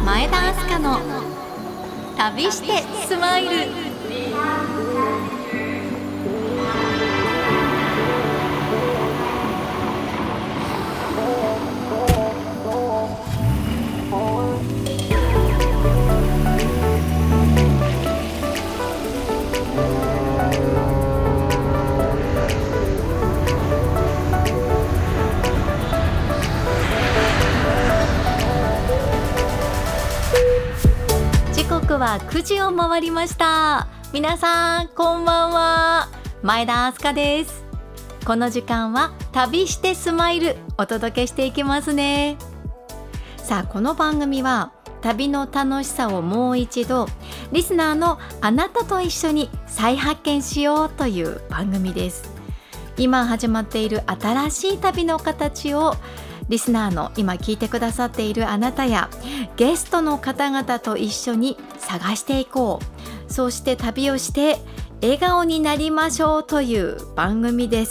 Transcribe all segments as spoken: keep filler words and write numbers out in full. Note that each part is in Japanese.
前田明日香の旅してスマイル。時刻はくじを回りました。皆さんこんばんは、前田明日香です。この時間は旅してスマイルお届けしていきますね。さあ、この番組は旅の楽しさをもう一度リスナーのあなたと一緒に再発見しようという番組です。今始まっている新しい旅の形をリスナーの今聞いてくださっているあなたやゲストの方々と一緒に探していこう、そうして旅をして笑顔になりましょうという番組です。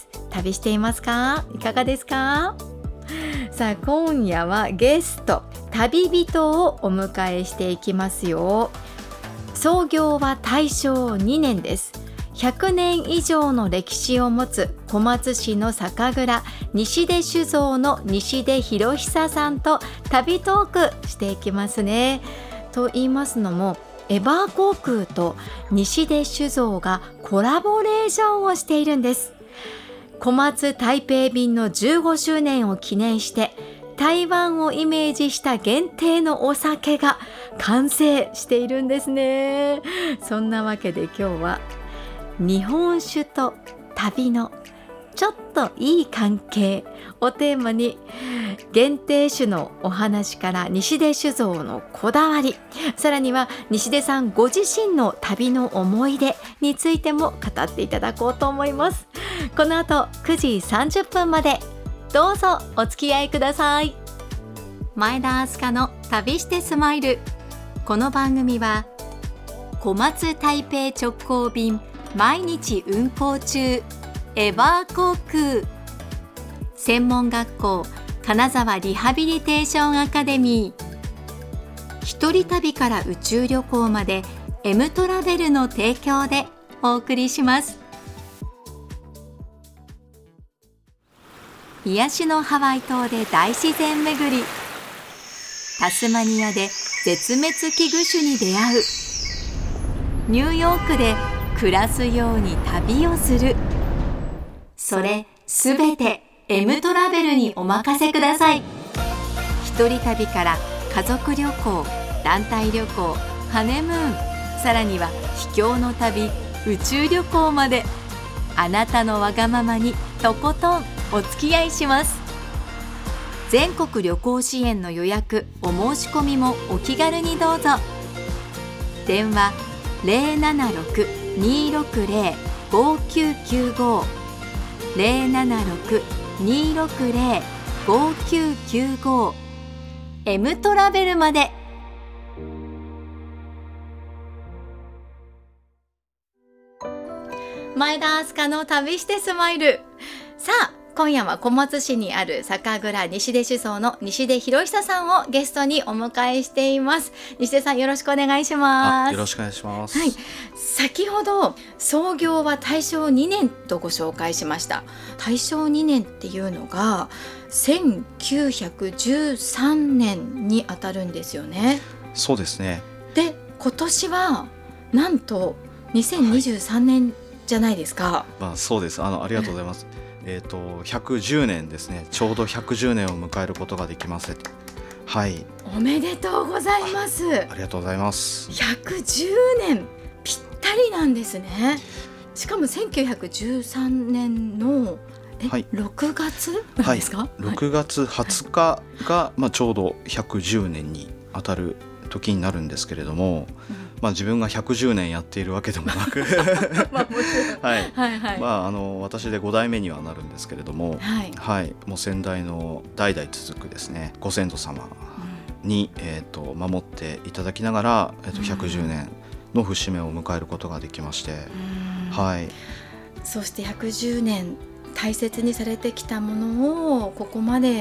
旅していますか？いかがですか？さあ、今夜はゲスト旅人をお迎えしていきますよ。創業は大正にねんです。ひゃくねん以上の歴史を持つ小松市の酒蔵西出酒造の西出博久さんと旅トークしていきますね。と言いますのも、エバー航空と西出酒造がコラボレーションをしているんです。小松台北便のじゅうごしゅうねんを記念して台湾をイメージした限定のお酒が完成しているんですね。そんなわけで今日は日本酒と旅のちょっといい関係をテーマに、限定酒のお話から西出酒造のこだわり、さらには西出さんご自身の旅の思い出についても語っていただこうと思います。この後くじさんじゅっぷんまでどうぞお付き合いください。前田明日香の旅してスマイル。この番組は小松台北直行便毎日運航中エバー航空、専門学校金沢リハビリテーションアカデミー、一人旅から宇宙旅行まで M トラベルの提供でお送りします。癒しのハワイ島で大自然巡り、タスマニアで絶滅危惧種に出会う、ニューヨークで暮らすように旅をする。それすべて M トラベルにお任せください。一人旅から家族旅行、団体旅行、ハネムーン、さらには秘境の旅、宇宙旅行まで、あなたのわがままにとことんお付き合いします。全国旅行支援の予約、お申し込みもお気軽にどうぞ。電話 ゼロななろく にーろくゼロ ごきゅうきゅうご ゼロななろく にーろくゼロ ごきゅうきゅうご M トラベルまで。前田明日香の旅してスマイル。さあ、今夜は小松市にある酒蔵西出酒造の西出博久さんをゲストにお迎えしています。西出さん、よろしくお願いします。 よろしくお願いします。 はい、先ほど創業は大正にねんとご紹介しました。大正にねんっていうのがせんきゅうひゃくじゅうさんねんにあたるんですよね。 そうですね。 で、今年はなんとにせんにじゅうさんねん、はい、じゃないですか。 まあ、そうです。あのありがとうございます。えーと、ひゃくじゅうねんですね。ちょうどひゃくじゅうねんを迎えることができます。はい。 おめでとうございます。 あ, ありがとうございます。 ひゃくじゅうねんぴったりなんですね。しかもせんきゅうひゃくじゅうさんねんのえ、はい、ろくがつなんですか？はい、 ろくがつはつかが、まあ、ちょうどひゃくじゅうねんに当たる時になるんですけれども、うんまあ、自分がひゃくじゅうねんやっているわけでもなくまあもちろん、はいはいはい、 まあ、あの私でごだいめにはなるんですけれども、はいはい、もう先代の代々続くですねご先祖様に、うんえー、と守っていただきながら、えー、とひゃくじゅうねんの節目を迎えることができまして、うんはい、 そしてひゃくじゅうねん大切にされてきたものをここまで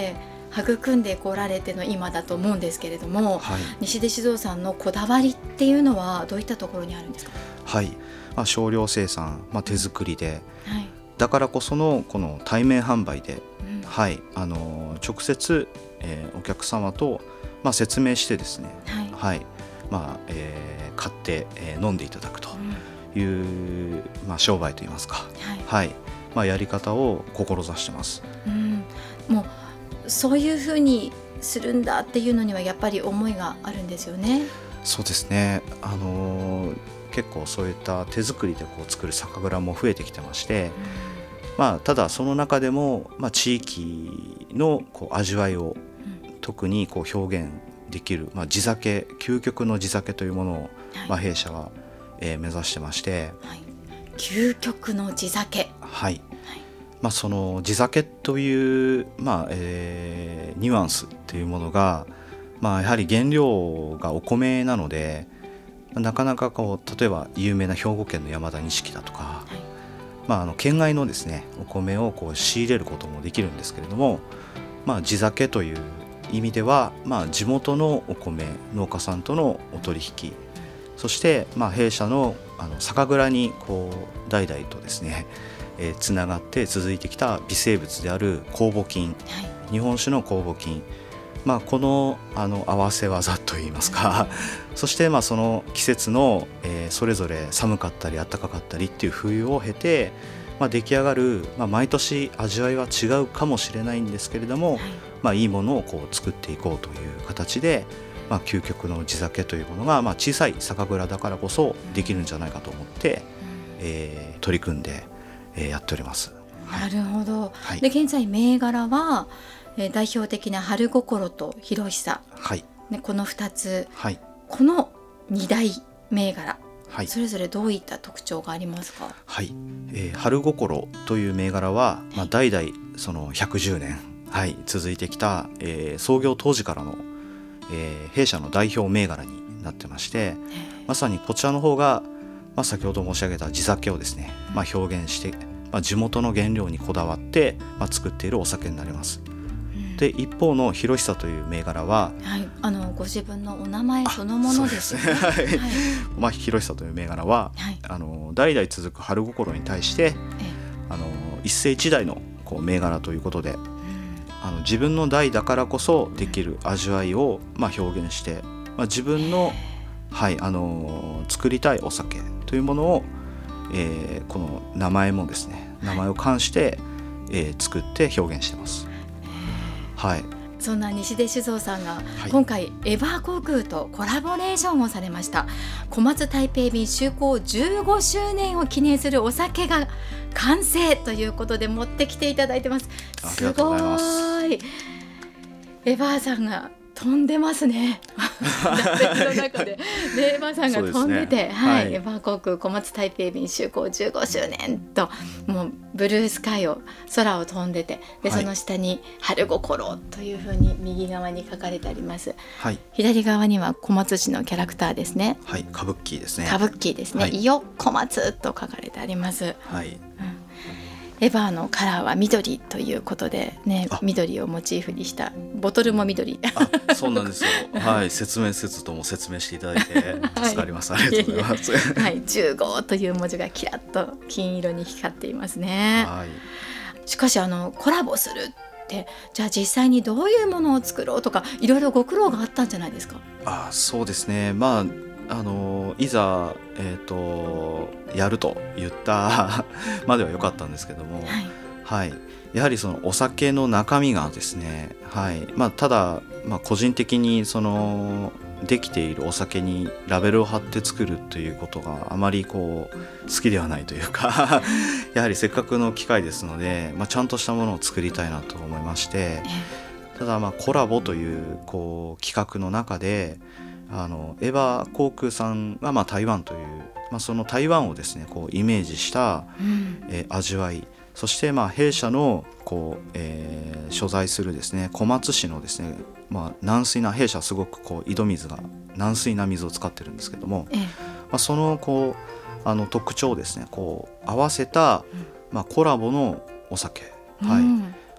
育んでこられての今だと思うんですけれども、はい、西出酒造さんのこだわりっていうのはどういったところにあるんですか？ はい、まあ、少量生産、まあ、手作りで、はい、だからこそのこの対面販売で、うんはい、あの直接、えー、お客様と、まあ、説明してですね、はいはいまあえー、買って、えー、飲んでいただくという、うんまあ、商売といいますか、はいはいまあ、やり方を志してます、 うん、もうそういうふうにするんだっていうのにはやっぱり思いがあるんですよね。 そうですね、あのー、結構そういった手作りでこう作る酒蔵も増えてきてまして、うんまあ、ただその中でも、まあ、地域のこう味わいを特にこう表現できる、まあ、地酒究極の地酒というものを、はいまあ、弊社は、えー、目指してまして、はい、 究極の地酒、 はいはいまあ、その地酒という、まあえー、ニュアンスというものが、まあ、やはり原料がお米なのでなかなかこう例えば有名な兵庫県の山田錦だとか、はいまあ、あの県外のですねお米をこう仕入れることもできるんですけれども、まあ、地酒という意味では、まあ、地元のお米農家さんとのお取引そして、まあ、弊社の、あの酒蔵にこう代々とですねえー、つながって続いてきた微生物である酵母菌、はい、日本酒の酵母菌、まあ、この、あの合わせ技といいますか、うん、そしてまあその季節の、えー、それぞれ寒かったり暖かかったりっていう冬を経て、まあ、出来上がる、まあ、毎年味わいは違うかもしれないんですけれども、はいまあ、いいものをこう作っていこうという形で、まあ、究極の地酒というものが、まあ、小さい酒蔵だからこそできるんじゃないかと思って、うんえー、取り組んでえー、やっております。 なるほど、はい、で現在銘柄は、えー、代表的な春心と広久、はいね、このふたつ、はい、このに大銘柄、はい、それぞれどういった特徴がありますか？ はいえー、春心という銘柄は、まあ、代々そのひゃくじゅうねん、はい、続いてきた、えー、創業当時からの、えー、弊社の代表銘柄になってまして、まさにこちらの方がまあ、先ほど申し上げた地酒をですね、まあ、表現して、まあ、地元の原料にこだわって、まあ、作っているお酒になります、うん、で一方の広久という銘柄は、 はい、あのご自分のお名前そのものですね。 はいはいまあ、広久という銘柄は、はい、あの代々続く春心に対して、ええ、あの一世一代のこう銘柄ということで、うん、あの自分の代だからこそできる味わいを、まあ、表現して、まあ、自分の、はいあの作りたいお酒というものを、えー、この名前もですね名前を冠して、えー、作って表現してます、はい、 そんな西出酒造さんが、はい、今回エバー航空とコラボレーションをされました小松台北便就航じゅうごしゅうねんを記念するお酒が完成ということで持ってきていただいてます。すごいエバーさんが飛んでますね打席の中でエバーさんが飛んでて、ねはいはい、エバー航空小松台北便就航じゅうごしゅうねんともうブルースカイを空を飛んでてで、はい、その下に春心というふうに右側に書かれてあります、はい、左側には小松市のキャラクターですね。 はい、歌舞伎ですね。 歌舞伎ですね、はい、よ小松と書かれてあります、はいうんエバーのカラーは緑ということで、ね、緑をモチーフにしたボトルも緑。 あ、そうなんですよ、はい、説明せずとも説明していただいて助かります、はい、ありがとうございますはい、じゅうごという文字がキラッと金色に光っていますね、はい、しかしあのコラボするってじゃあ実際にどういうものを作ろうとかいろいろご苦労があったんじゃないですか？ あ、そうですね、まああのいざ、えーと、やると言ったまでは良かったんですけども、はいはい、やはりそのお酒の中身がですね、はいまあ、ただ、まあ、個人的にそのできているお酒にラベルを貼って作るということがあまりこう好きではないというかやはりせっかくの機会ですので、まあ、ちゃんとしたものを作りたいなと思いまして、ただまあコラボというこう企画の中であのエバー航空さんがまあ台湾という、まあ、その台湾をですねこうイメージした、うんえー、味わい、そしてまあ弊社のこう、えー、所在するですね小松市のですね、まあ、軟水な弊社はすごくこう井戸水が軟水な水を使ってるんですけども、ええまあ、そのこうあの特徴をですねこう合わせた、うんまあ、コラボのお酒、はい、うん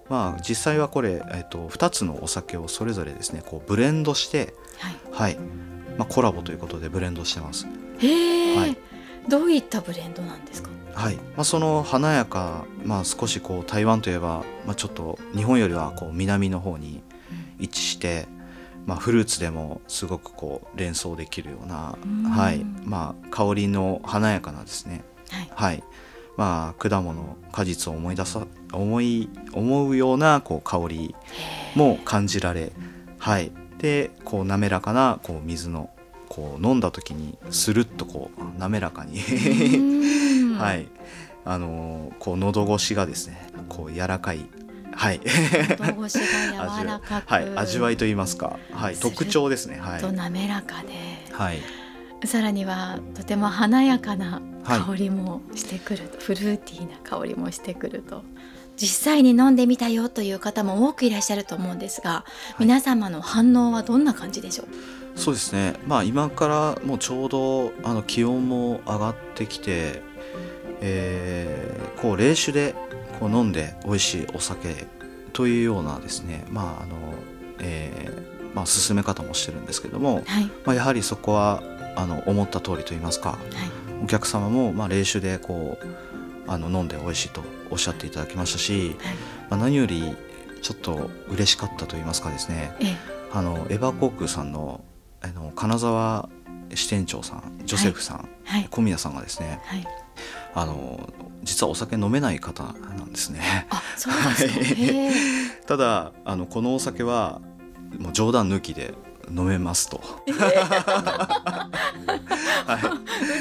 まあ、実際はこれ、えー、とふたつのお酒をそれぞれですねこうブレンドして、はいはいまあ、コラボということでブレンドしてます。 へー、はい、どういったブレンドなんですか？ はいまあ、その華やか、まあ、少しこう台湾といえば、まあ、ちょっと日本よりはこう南の方に位置して、うんまあ、フルーツでもすごくこう連想できるような、はいまあ、香りの華やかなですね、はいはいまあ、果物果実を思い出さ思い思うようなこう香りも感じられ、はい、でこう滑らかなこう水のこう飲んだ時にスルッとこう滑らかにはい、あのー、こう喉越しがですねこう柔らかい、はい、 喉越しが柔らかく、 はい、味わいといいますか、はい、特徴ですね。はい、 と滑らかで、 はい、 さらにはとても華やかな香りもしてくると、はい、フルーティーな香りもしてくると、実際に飲んでみたよという方も多くいらっしゃると思うんですが、はい、皆様の反応はどんな感じでしょう？ そうですね、まあ、今からもうちょうどあの気温も上がってきて、えー、こう冷酒でこう飲んで美味しいお酒というようなですね、まああのえーまあ、進め方もしてるんですけども、はいまあ、やはりそこはあの思った通りといいますか、はい、お客様もまあ冷酒でこうあの飲んで美味しいとおっしゃっていただきましたし、はいまあ、何よりちょっと嬉しかったといいますかですね、ええ、あのエバー航空さんのあの金沢支店長さんジョセフさん、はい、小宮さんがですね、はい、あの実はお酒飲めない方なんですね。 あ、そうですか。へーただあのこのお酒はもう冗談抜きで飲めますと、 えーはい、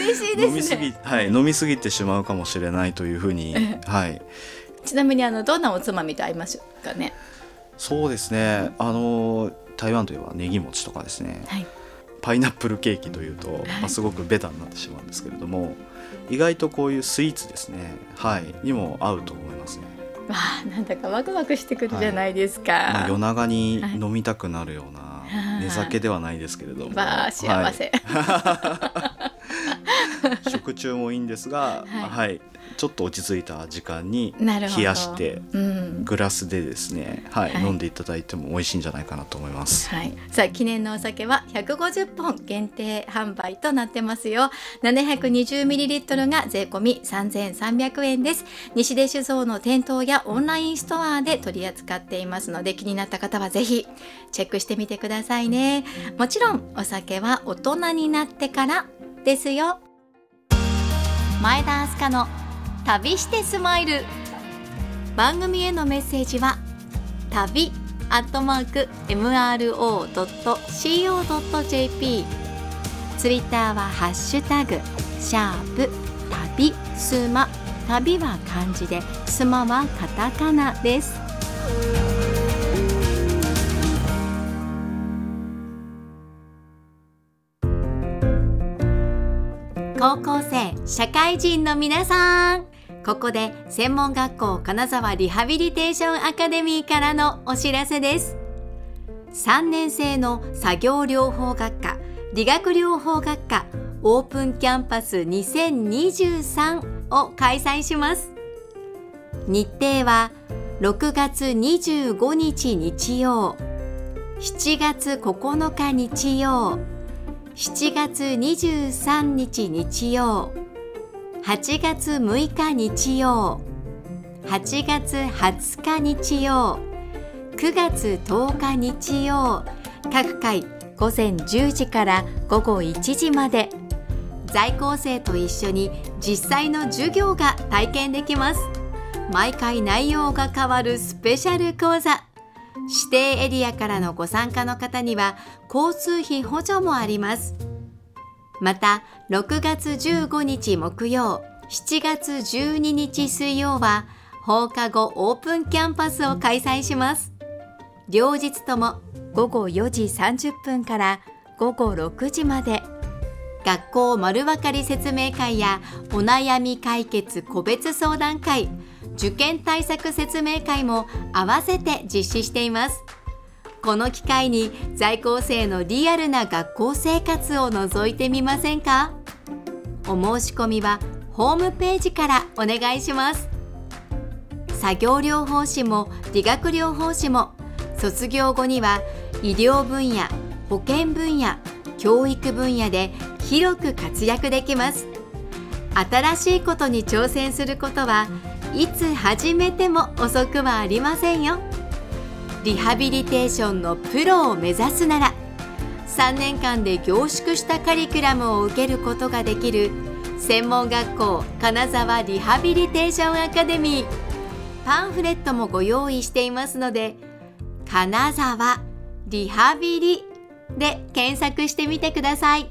嬉しいですね。 飲みすぎ、はい、飲みすぎてしまうかもしれないというふうに、えーはい、 ちなみにあのどんなおつまみと合いますかね？ そうですね、あの台湾といえばネギ餅とかですね、はい、パイナップルケーキというと、はいまあ、すごくベタになってしまうんですけれども、意外とこういうスイーツですね、はい、にも合うと思いますね。 わあ、なんだかワクワクしてくるじゃないですか、はいまあ、夜長に飲みたくなるような、はい、寝酒ではないですけれども、 わあ幸せ、 はい、食中もいいんですが、はいはい、ちょっと落ち着いた時間に冷やして、うん、グラスでですね、はいはい、飲んでいただいても美味しいんじゃないかなと思います、はい、 さあ記念のお酒はひゃくごじゅっぽん限定販売となってますよ。 ななひゃくにじゅうミリリットル が税込みさんぜんさんびゃくえんです。西出酒造の店頭やオンラインストアで取り扱っていますので、気になった方はぜひチェックしてみてくださいね。もちろんお酒は大人になってからですよ。前田明日香の旅してスマイル。番組へのメッセージは旅アットマーク エムアールオードットシーオードットジェーピー、 ツイッターはハッシュタグシャープ旅スマ、旅は漢字でスマはカタカナです。高校生社会人の皆さん、ここで専門学校金沢リハビリテーションアカデミーからのお知らせです。さんねん生の作業療法学科、理学療法学科オープンキャンパスにせんにじゅうさんを開催します。日程はろくがつにじゅうごにち日曜、しちがつここのか日曜、しちがつにじゅうさんにち日曜、はちがつむいか日曜、はちがつはつか日曜、くがつとおか日曜、各回ごぜんじゅうじからごごいちじまで、在校生と一緒に実際の授業が体験できます。毎回内容が変わるスペシャル講座。指定エリアからのご参加の方には交通費補助もあります。またろくがつじゅうごにち木曜、しちがつじゅうににち水曜は放課後オープンキャンパスを開催します。両日ともごごよじさんじゅっぷんからごごろくじまで、学校丸分かり説明会やお悩み解決個別相談会、受験対策説明会も合わせて実施しています。この機会に在校生のリアルな学校生活を覗いてみませんか？お申し込みはホームページからお願いします。 作業療法士も理学療法士も卒業後には医療分野、保健分野、教育分野で広く活躍できます。新しいことに挑戦することはいつ始めても遅くはありませんよ。リハビリテーションのプロを目指すなら、さんねんかんで凝縮したカリキュラムを受けることができる専門学校金沢リハビリテーションアカデミー、パンフレットもご用意していますので、金沢リハビリで検索してみてください。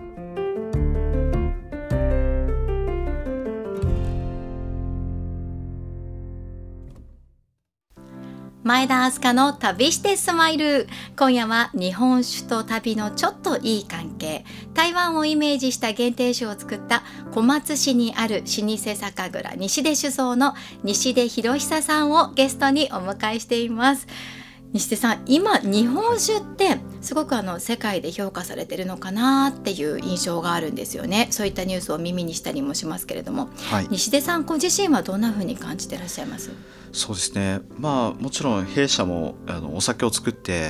前田明日香の旅してスマイル。今夜は日本酒と旅のちょっといい関係、台湾をイメージした限定酒を作った小松市にある老舗酒蔵西出酒造の西出博久さんをゲストにお迎えしています。西出さん、今日本酒ってすごくあの世界で評価されてるのかなっていう印象があるんですよね。そういったニュースを耳にしたりもしますけれども、はい、西出さんご自身はどんなふうに感じていらっしゃいます？ そうですね、まあ、もちろん弊社もあのお酒を作って、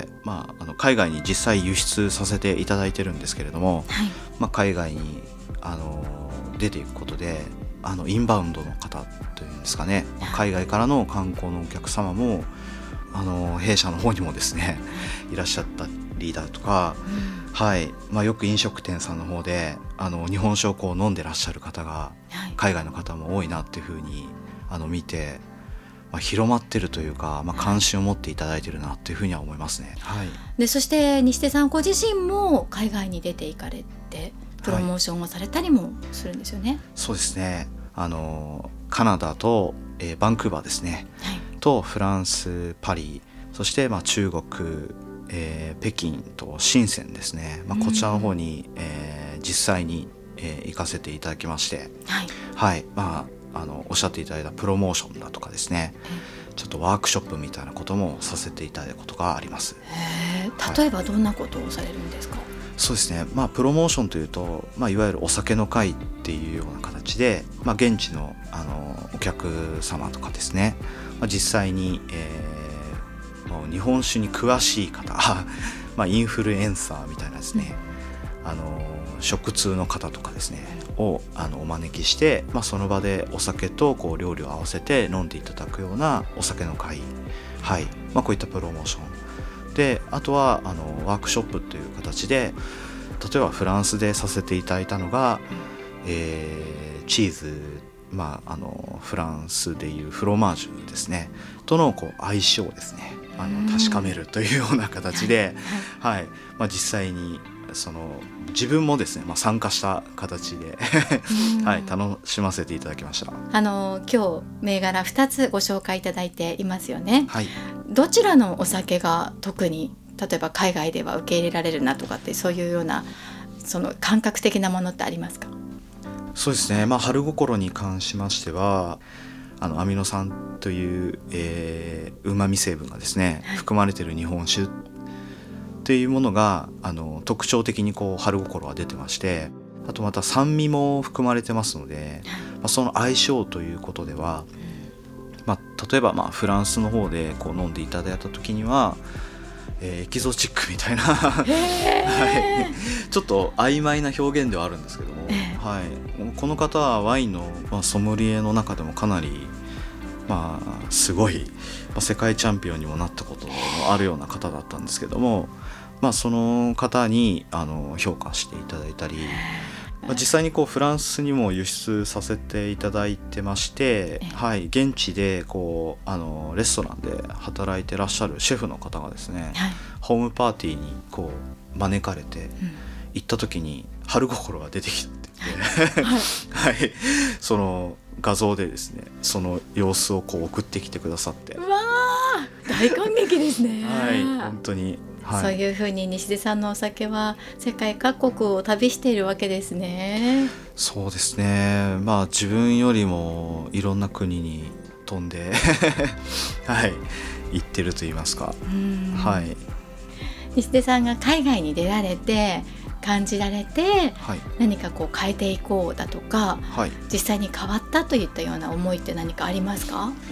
まあ、あの海外に実際輸出させていただいてるんですけれども、はい、まあ、海外にあの出ていくことであのインバウンドの方というんですかね、海外からの観光のお客様もあの弊社の方にもですねいらっしゃったりだとか、うん、はい、まあ、よく飲食店さんの方であの日本酒をこう飲んでらっしゃる方が、はい、海外の方も多いなっていうふうにあの見て、まあ、広まってるというか、まあ、関心を持っていただいてるなというふうには思いますね。はい、 でそして西出さんご自身も海外に出ていかれてプロモーションをされたりもするんですよね。はい、 そうですね、あのカナダと、えー、バンクーバーですね、はい、とフランスパリ、そしてまあ中国、えー、北京と深センですね、まあ、こちらの方に、えー、実際に、えー、行かせていただきまして、はい、はい、まああのおっしゃっていただいたプロモーションだとかですね、ちょっとワークショップみたいなこともさせていただいたことがあります。 へー、例えばどんなことをされるんですか？はい、 そうですね、まあ、プロモーションというと、まあ、いわゆるお酒の会っていうような形で、まあ、現地の、あのお客様とかですね、まあ、実際に、えー、もう日本酒に詳しい方まあインフルエンサーみたいなですね、うん、あの食通の方とかですねをあのお招きして、まあ、その場でお酒とこう料理を合わせて飲んでいただくようなお酒の会、はい、まあ、こういったプロモーションで、あとはあのワークショップという形で、例えばフランスでさせていただいたのが、えー、チーズ、まあ、あのフランスでいうフロマージュですねとのこう相性をですねあの確かめるというような形で、はい、まあ、実際にその自分もですね、まあ、参加した形で、はい、楽しませていただきました。 あの今日銘柄ふたつご紹介いただいていますよね。 はい、 どちらのお酒が特に例えば海外では受け入れられるなとかって、そういうようなその感覚的なものってありますか？ そうですね、まあ、春心に関しましてはあのアミノ酸といううまみ成分がですね、はい、含まれている日本酒っていうものがあの特徴的にこう春心は出てまして、あとまた酸味も含まれてますので、はい、まあ、その相性ということでは、うん、まあ、例えばまあフランスの方でこう飲んでいただいた時には、えー、エキゾチックみたいな、はい、ちょっと曖昧な表現ではあるんですけども、はい、この方はワインの、まあ、ソムリエの中でもかなり、まあ、すごい、まあ、世界チャンピオンにもなったことのあるような方だったんですけども、まあ、その方にあの評価していただいたり、まあ、実際にこうフランスにも輸出させていただいてまして、はい、現地でこうあのレストランで働いてらっしゃるシェフの方がですね、はい、ホームパーティーにこう招かれて、うん、行った時に春心が出てきたって言って、はいはい、その画像でですねその様子をこう送ってきてくださって、 うわー大感激ですね。 はい、本当に、はい、 そういうふうに西出さんのお酒は世界各国を旅しているわけですね。 そうですね、まあ自分よりもいろんな国に飛んではい行ってると言いますか、はい、 西出さんが海外に出られて感じられて、はい、何かこう変えていこうだとか、はい、実際に変わったといったような思いって何かありますか？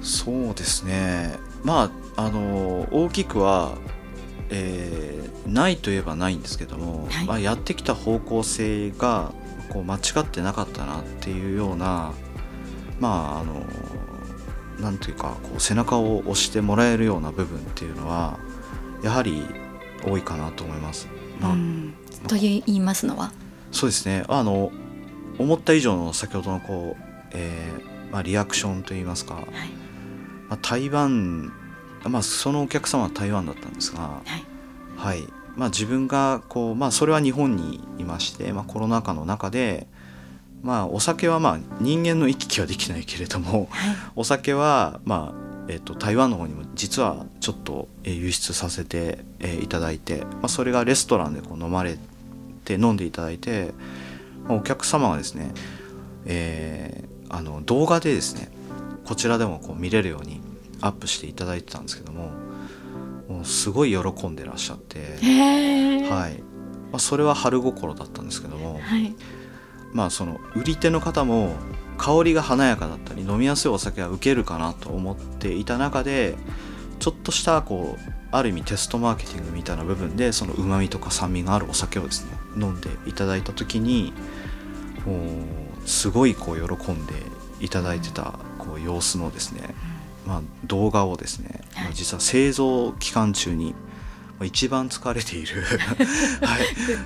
そうですね、まああの大きくは、えー、ないといえばないんですけども、はい、まあ、やってきた方向性がこう間違ってなかったなっていうような、まああのなんていうかこう背中を押してもらえるような部分っていうのはやはり多いかなと思います。まあ、 うんと言いますのは、 そうですね、あの思った以上の先ほどのこう、えーまあ、リアクションといいますか、はい、まあ、台湾、まあ、そのお客様は台湾だったんですが、はいはい、まあ、自分がこう、まあ、それは日本にいまして、まあ、コロナ禍の中で、まあ、お酒はまあ人間の行き来はできないけれども、はい、お酒は、まあえー、と台湾の方にも実はちょっと輸出させていただいて、まあ、それがレストランでこう飲まれて飲んでいただいて、まあ、お客様がですね、えー、あの動画でですねこちらでもこう見れるようにアップしていただいてたんですけども、もうすごい喜んでらっしゃって、はいまあ、それは春心だったんですけども、はい、まあ、その売り手の方も香りが華やかだったり飲みやすいお酒は受けるかなと思っていた中で、ちょっとしたこうある意味テストマーケティングみたいな部分でその旨味とか酸味があるお酒をですね飲んでいただいた時に、もうすごいこう喜んでいただいてたこう様子のですね、まあ、動画をですね、はい、実は製造期間中に一番疲れている、はい、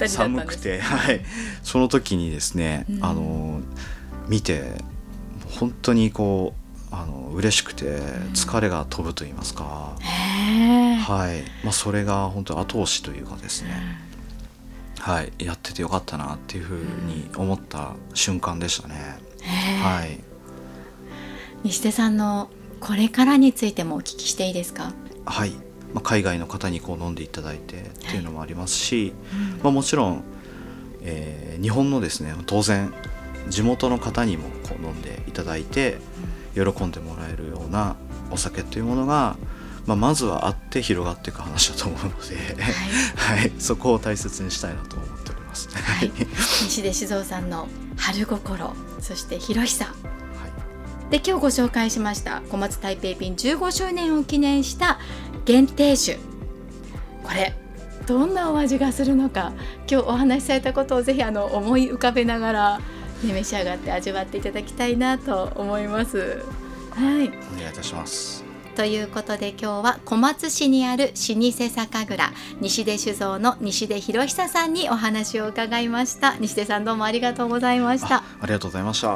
寒くて、はい、その時にですね、うん、あの見て本当にこうあの嬉しくて疲れが飛ぶと言いますか、うん、はいまあ、それが本当後押しというかですね、うん、はい、やっててよかったなっていうふうに思った瞬間でしたね。はい、 西手さんのこれからについてもお聞きしていいですか？ はい、まあ、海外の方にこう飲んでいただいてっていうのもありますし、はい、まあ、もちろん、えー、日本のですね当然地元の方にもこう飲んでいただいて喜んでもらえるようなお酒というものが、まあ、まずはあって広がっていく話だと思うので、はいはい、そこを大切にしたいなと思っております、はい、 西出酒造さんの春心、そして広久、はい、で今日ご紹介しました小松台北便じゅうごしゅうねんを記念した限定酒、これどんなお味がするのか、今日お話しされたことをぜひあの思い浮かべながら、ね、召し上がって味わっていただきたいなと思います。はい、 お願いいたします。 ということで今日は小松市にある老舗酒蔵西出酒造の西出博久さんにお話を伺いました。西出さんどうもありがとうございました。 あ, ありがとうございました。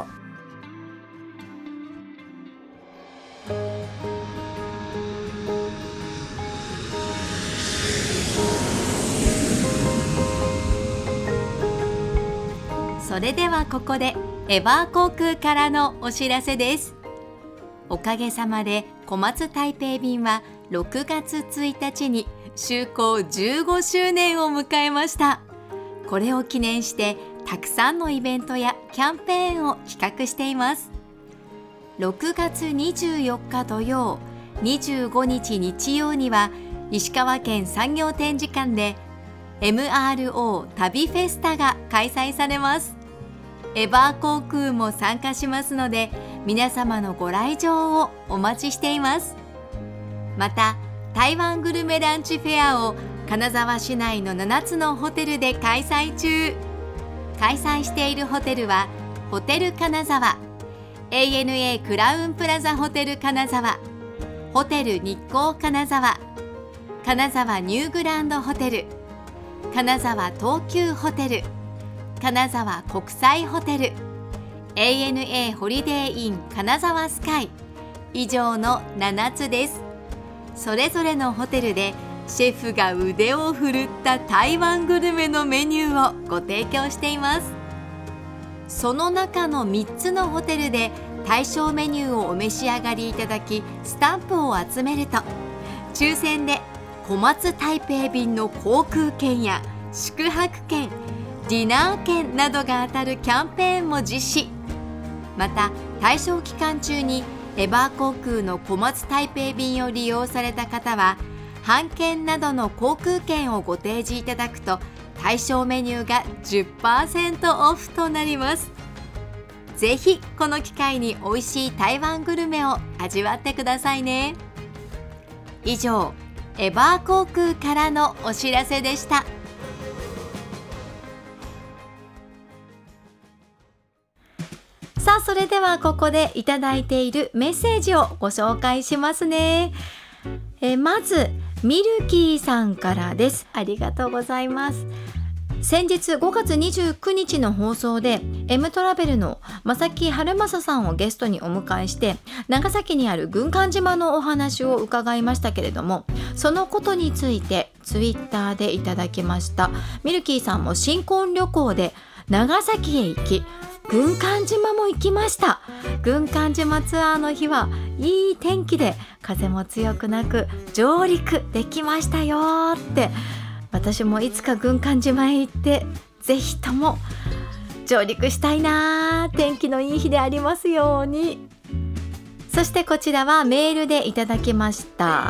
それではここでエバー航空からのお知らせです。おかげさまで小松台北便はろくがつついたちに就航じゅうごしゅうねんを迎えました。これを記念してたくさんのイベントやキャンペーンを企画しています。ろくがつにじゅうよっか土曜、にじゅうごにち日曜には石川県産業展示館で エムアールオー 旅フェスタが開催されます。エバー航空も参加しますので皆様のご来場をお待ちしています。また台湾グルメランチフェアを金沢市内のななつのホテルで開催中。開催しているホテルはホテル金沢、 エーエヌエー クラウンプラザホテル金沢、ホテル日光金沢、金沢ニューグランドホテル、金沢東急ホテル、金沢国際ホテル、 エーエヌエー ホリデーイン金沢スカイ、以上のななつです。それぞれのホテルでシェフが腕を振るった台湾グルメのメニューをご提供しています。その中のみっつのホテルで対象メニューをお召し上がりいただきスタンプを集めると抽選で小松台北便の航空券や宿泊券、ディナー券などが当たるキャンペーンも実施。また対象期間中にエバー航空の小松台北便を利用された方は半券などの航空券をご提示いただくと対象メニューが じゅっパーセント オフとなります。 ぜひこの機会に美味しい台湾グルメを味わってくださいね。以上、エバー航空からのお知らせでした。さあ、それではここでいただいているメッセージをご紹介しますね。えまずミルキーさんからです。ありがとうございます。先日ごがつにじゅうくにちの放送で M トラベルの正木春正さんをゲストにお迎えして、長崎にある軍艦島のお話を伺いましたけれども、そのことについてツイッターでいただきました。ミルキーさんも新婚旅行で長崎へ行き、軍艦島も行きました。軍艦島ツアーの日はいい天気で風も強くなく上陸できましたよって。私もいつか軍艦島へ行ってぜひとも上陸したいな。天気のいい日でありますように。そしてこちらはメールでいただきました。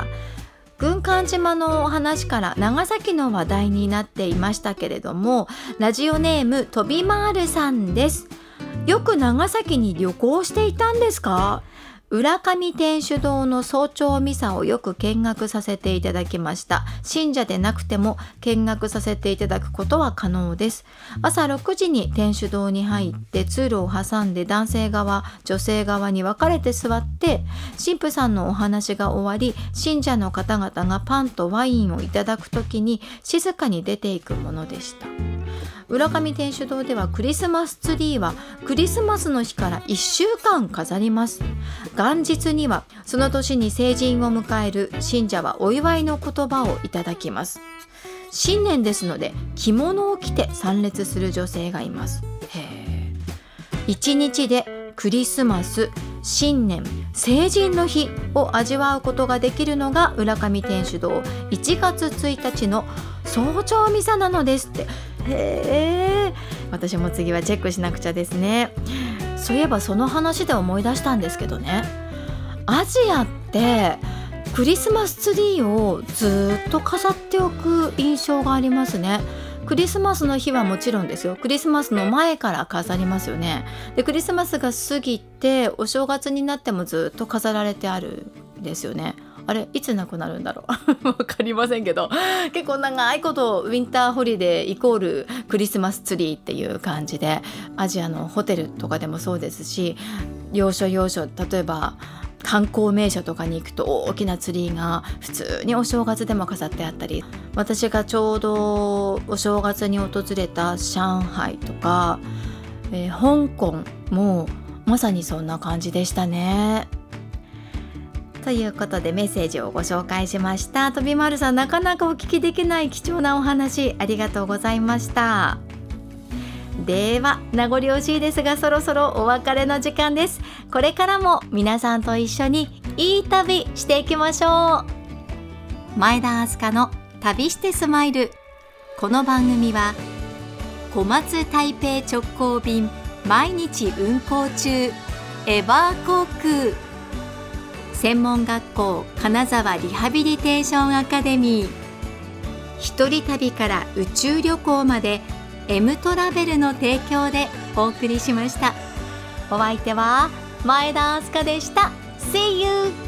軍艦島のお話から長崎の話題になっていましたけれども、ラジオネームとびまーるさんです。よく長崎に旅行していたんですか？浦上天主堂の早朝ミサをよく見学させていただきました。信者でなくても見学させていただくことは可能です。朝ろくじに天主堂に入って通路を挟んで男性側女性側に分かれて座って、神父さんのお話が終わり、信者の方々がパンとワインをいただくときに静かに出ていくものでした。浦上天主堂ではクリスマスツリーはクリスマスの日からいっしゅうかん飾ります。元日にはその年に成人を迎える信者はお祝いの言葉をいただきます。新年ですので着物を着て参列する女性がいます。へー。一日でクリスマス、新年、成人の日を味わうことができるのが浦上天主堂いちがつついたちの早朝ミサなのですって。へー。私も次はチェックしなくちゃですね。そういえばその話で思い出したんですけどね、アジアってクリスマスツリーをずっと飾っておく印象がありますね。クリスマスの日はもちろんですよ。クリスマスの前から飾りますよね。でクリスマスが過ぎてお正月になってもずっと飾られてあるんですよね。あれいつなくなるんだろうわかりませんけど、結構長いことウィンターホリデーイコールクリスマスツリーっていう感じで、アジアのホテルとかでもそうですし、要所要所、例えば観光名所とかに行くと大きなツリーが普通にお正月でも飾ってあったり、私がちょうどお正月に訪れた上海とか、えー、香港もまさにそんな感じでしたね。ということでメッセージをご紹介しました。とびまるさん、なかなかお聞きできない貴重なお話ありがとうございました。では名残惜しいですがそろそろお別れの時間です。これからも皆さんと一緒にいい旅していきましょう。前田明日香の旅してスマイル。この番組は小松台北直行便毎日運航中エバー航空、専門学校金沢リハビリテーションアカデミー、一人旅から宇宙旅行まで M トラベルの提供でお送りしました。お相手は前田明日香でした。See you!